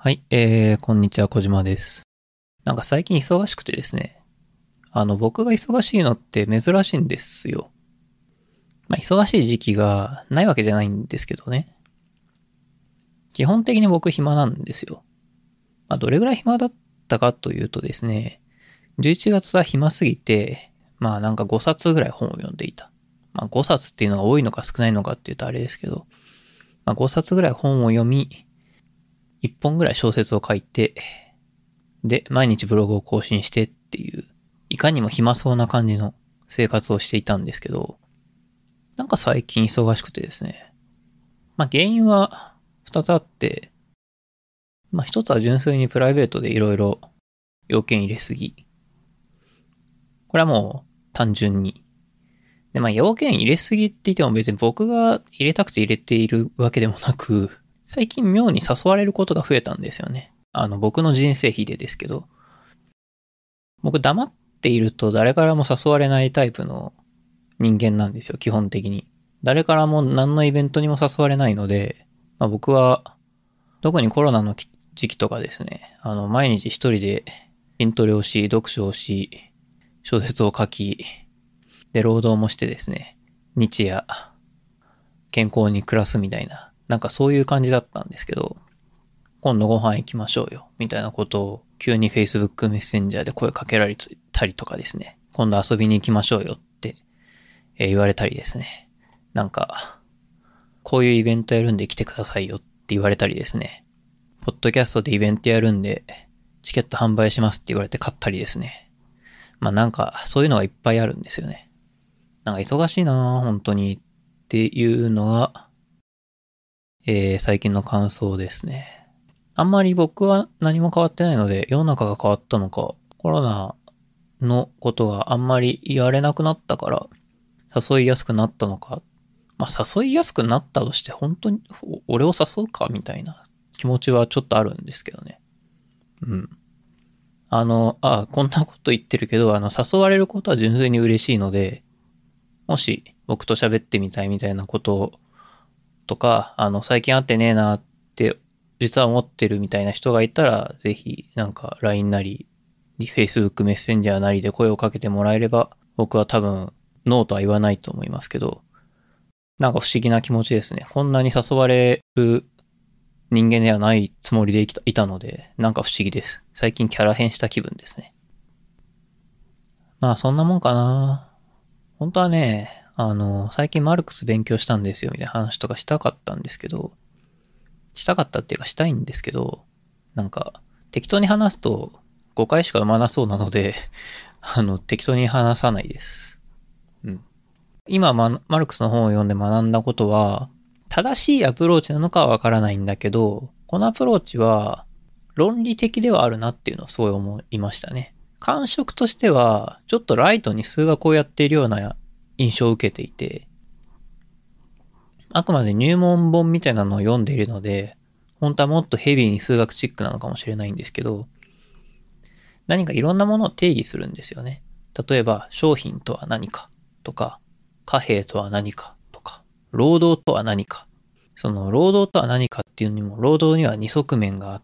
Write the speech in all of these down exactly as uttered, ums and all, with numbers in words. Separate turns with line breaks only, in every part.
はい、えー、こんにちは、小島です。なんか最近忙しくてですね、あの、僕が忙しいのって珍しいんですよ。まあ、忙しい時期がないわけじゃないんですけどね。基本的に僕暇なんですよ。まあ、どれぐらい暇だったかというとですね、じゅういちがつは暇すぎて、まあなんかごさつぐらい本を読んでいた。まあごさつっていうのが多いのか少ないのかっていうとあれですけど、まあごさつぐらい本を読み、いっぽんぐらい小説を書いて、で、毎日ブログを更新してっていう、いかにも暇そうな感じの生活をしていたんですけど、なんか最近忙しくてですね。まあ原因は二つあって、まあ一つは純粋にプライベートでいろいろ要件入れすぎ。これはもう単純に。で、まあ要件入れすぎって言っても別に僕が入れたくて入れているわけでもなく、最近妙に誘われることが増えたんですよね。あの僕の人生比でですけど、僕黙っていると誰からも誘われないタイプの人間なんですよ、基本的に。誰からも何のイベントにも誘われないので、まあ、僕は、特にコロナの時期とかですね、あの、毎日一人で筋トレをし、読書をし、小説を書き、で、労働もしてですね、日夜、健康に暮らすみたいな、なんかそういう感じだったんですけど、今度ご飯行きましょうよ、みたいなことを、急に Facebook メッセンジャーで声かけられたりとかですね、今度遊びに行きましょうよって言われたりですね、なんか、こういうイベントやるんで来てくださいよって言われたりですね、ポッドキャストでイベントやるんで、チケット販売しますって言われて買ったりですね。まあなんか、そういうのがいっぱいあるんですよね。なんか忙しいなぁ、本当にっていうのが、えー、最近の感想ですね。あんまり僕は何も変わってないので、世の中が変わったのか、コロナのことがあんまり言われなくなったから、誘いやすくなったのか。まあ誘いやすくなったとして、本当に俺を誘うかみたいな気持ちはちょっとあるんですけどね。うん。あの、あ、こんなこと言ってるけど、あの、誘われることは純粋に嬉しいので、もし僕と喋ってみたいみたいなこととか、あの、最近会ってねえなって実は思ってるみたいな人がいたら、ぜひなんか ライン なり、Facebook メッセンジャーなりで声をかけてもらえれば、僕は多分ノーとは言わないと思いますけど、なんか不思議な気持ちですね。こんなに誘われる人間ではないつもりでいたいたので、なんか不思議です。最近キャラ変した気分ですね。まあそんなもんかな。本当はね、あの、最近マルクス勉強したんですよみたいな話とかしたかったんですけど、したかったっていうかしたいんですけど、なんか適当に話すとごかいしか生まなそうなので、あの、適当に話さないです。うん。今、マルクスの本を読んで学んだことは、正しいアプローチなのかはわからないんだけど、このアプローチは論理的ではあるなっていうのをすごい思いましたね。感触としては、ちょっとライトに数学をやっているような印象を受けていて、あくまで入門本みたいなのを読んでいるので、本当はもっとヘビーに数学チックなのかもしれないんですけど、何かいろんなものを定義するんですよね。例えば、商品とは何かとか、貨幣とは何かとか、労働とは何か。その、労働とは何かっていうのにも、労働には二側面があって、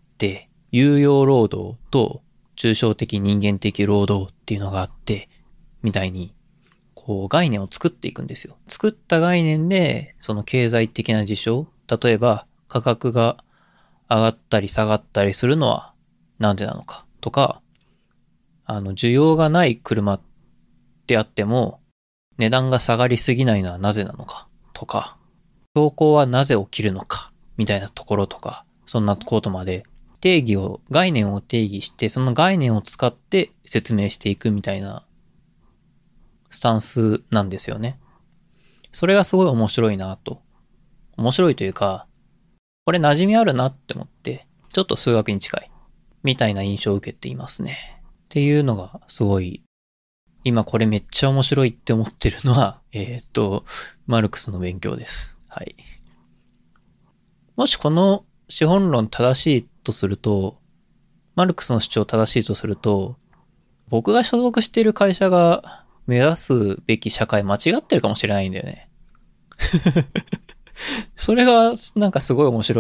有用労働と抽象的人間的労働っていうのがあって、みたいに、こう概念を作っていくんですよ。作った概念で、その経済的な事象、例えば価格が上がったり下がったりするのはなんでなのかとか、あの、需要がない車であっても、値段が下がりすぎないのはなぜなのかとか、走行はなぜ起きるのかみたいなところとか、そんなことまで定義を、概念を定義して、その概念を使って説明していくみたいなスタンスなんですよね。それがすごい面白いなと。面白いというか、これ馴染みあるなって思って、ちょっと数学に近いみたいな印象を受けていますね。っていうのがすごい、今これめっちゃ面白いって思ってるのは、えー、っと、マルクスの勉強です。はい。もしこの資本論正しいとすると、マルクスの主張正しいとすると、僕が所属している会社が目指すべき社会間違ってるかもしれないんだよね。それがなんかすごい面白い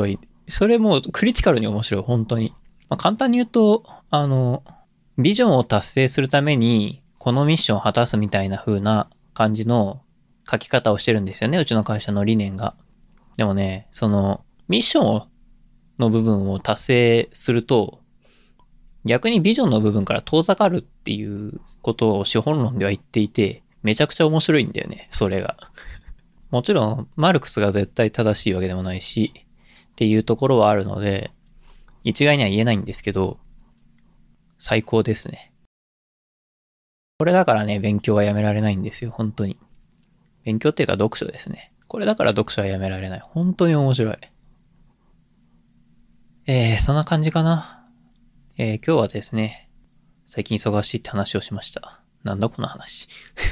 それもうクリティカルに面白い、本当に。まあ、簡単に言うと、あの、ビジョンを達成するために、このミッションを果たすみたいな風な感じの書き方をしてるんですよね、うちの会社の理念が。でもね、その、ミッションの部分を達成すると、逆にビジョンの部分から遠ざかるっていうことを資本論では言っていて、めちゃくちゃ面白いんだよね、それが。もちろん、マルクスが絶対正しいわけでもないし、っていうところはあるので、一概には言えないんですけど、最高ですね。これだからね、勉強はやめられないんですよ、本当に。勉強っていうか読書ですね。これだから読書はやめられない。本当に面白い。えー、そんな感じかな。えー、今日はですね、最近忙しいって話をしました。なんだこの話。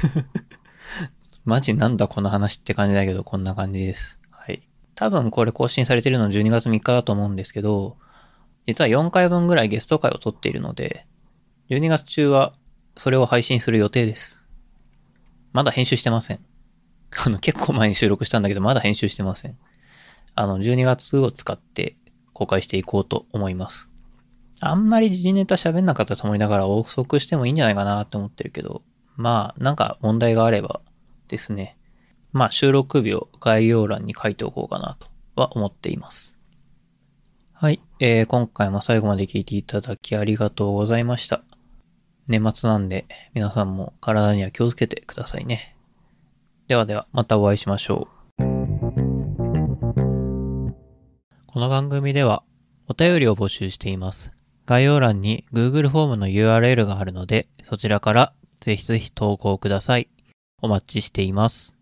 マジなんだこの話って感じだけど、こんな感じです。はい。多分これ更新されてるのじゅうにがつみっかだと思うんですけど、実はよんかいぶんぐらいゲスト会を撮っているので、じゅうにがつ中はそれを配信する予定です。まだ編集してません。あの、結構前に収録したんだけど、まだ編集してません。あの、じゅうにがつを使って公開していこうと思います。あんまり時事ネタ喋んなかったつもりながら憶測してもいいんじゃないかなって思ってるけど、まあ、なんか問題があればですね。まあ、収録日を概要欄に書いておこうかなとは思っています。はい、えー、今回も最後まで聞いていただきありがとうございました。年末なんで皆さんも体には気をつけてくださいね。ではでは、またお会いしましょう。この番組ではお便りを募集しています。概要欄に Google フォームの ユーアールエル があるので、そちらからぜひぜひ投稿ください。お待ちしています。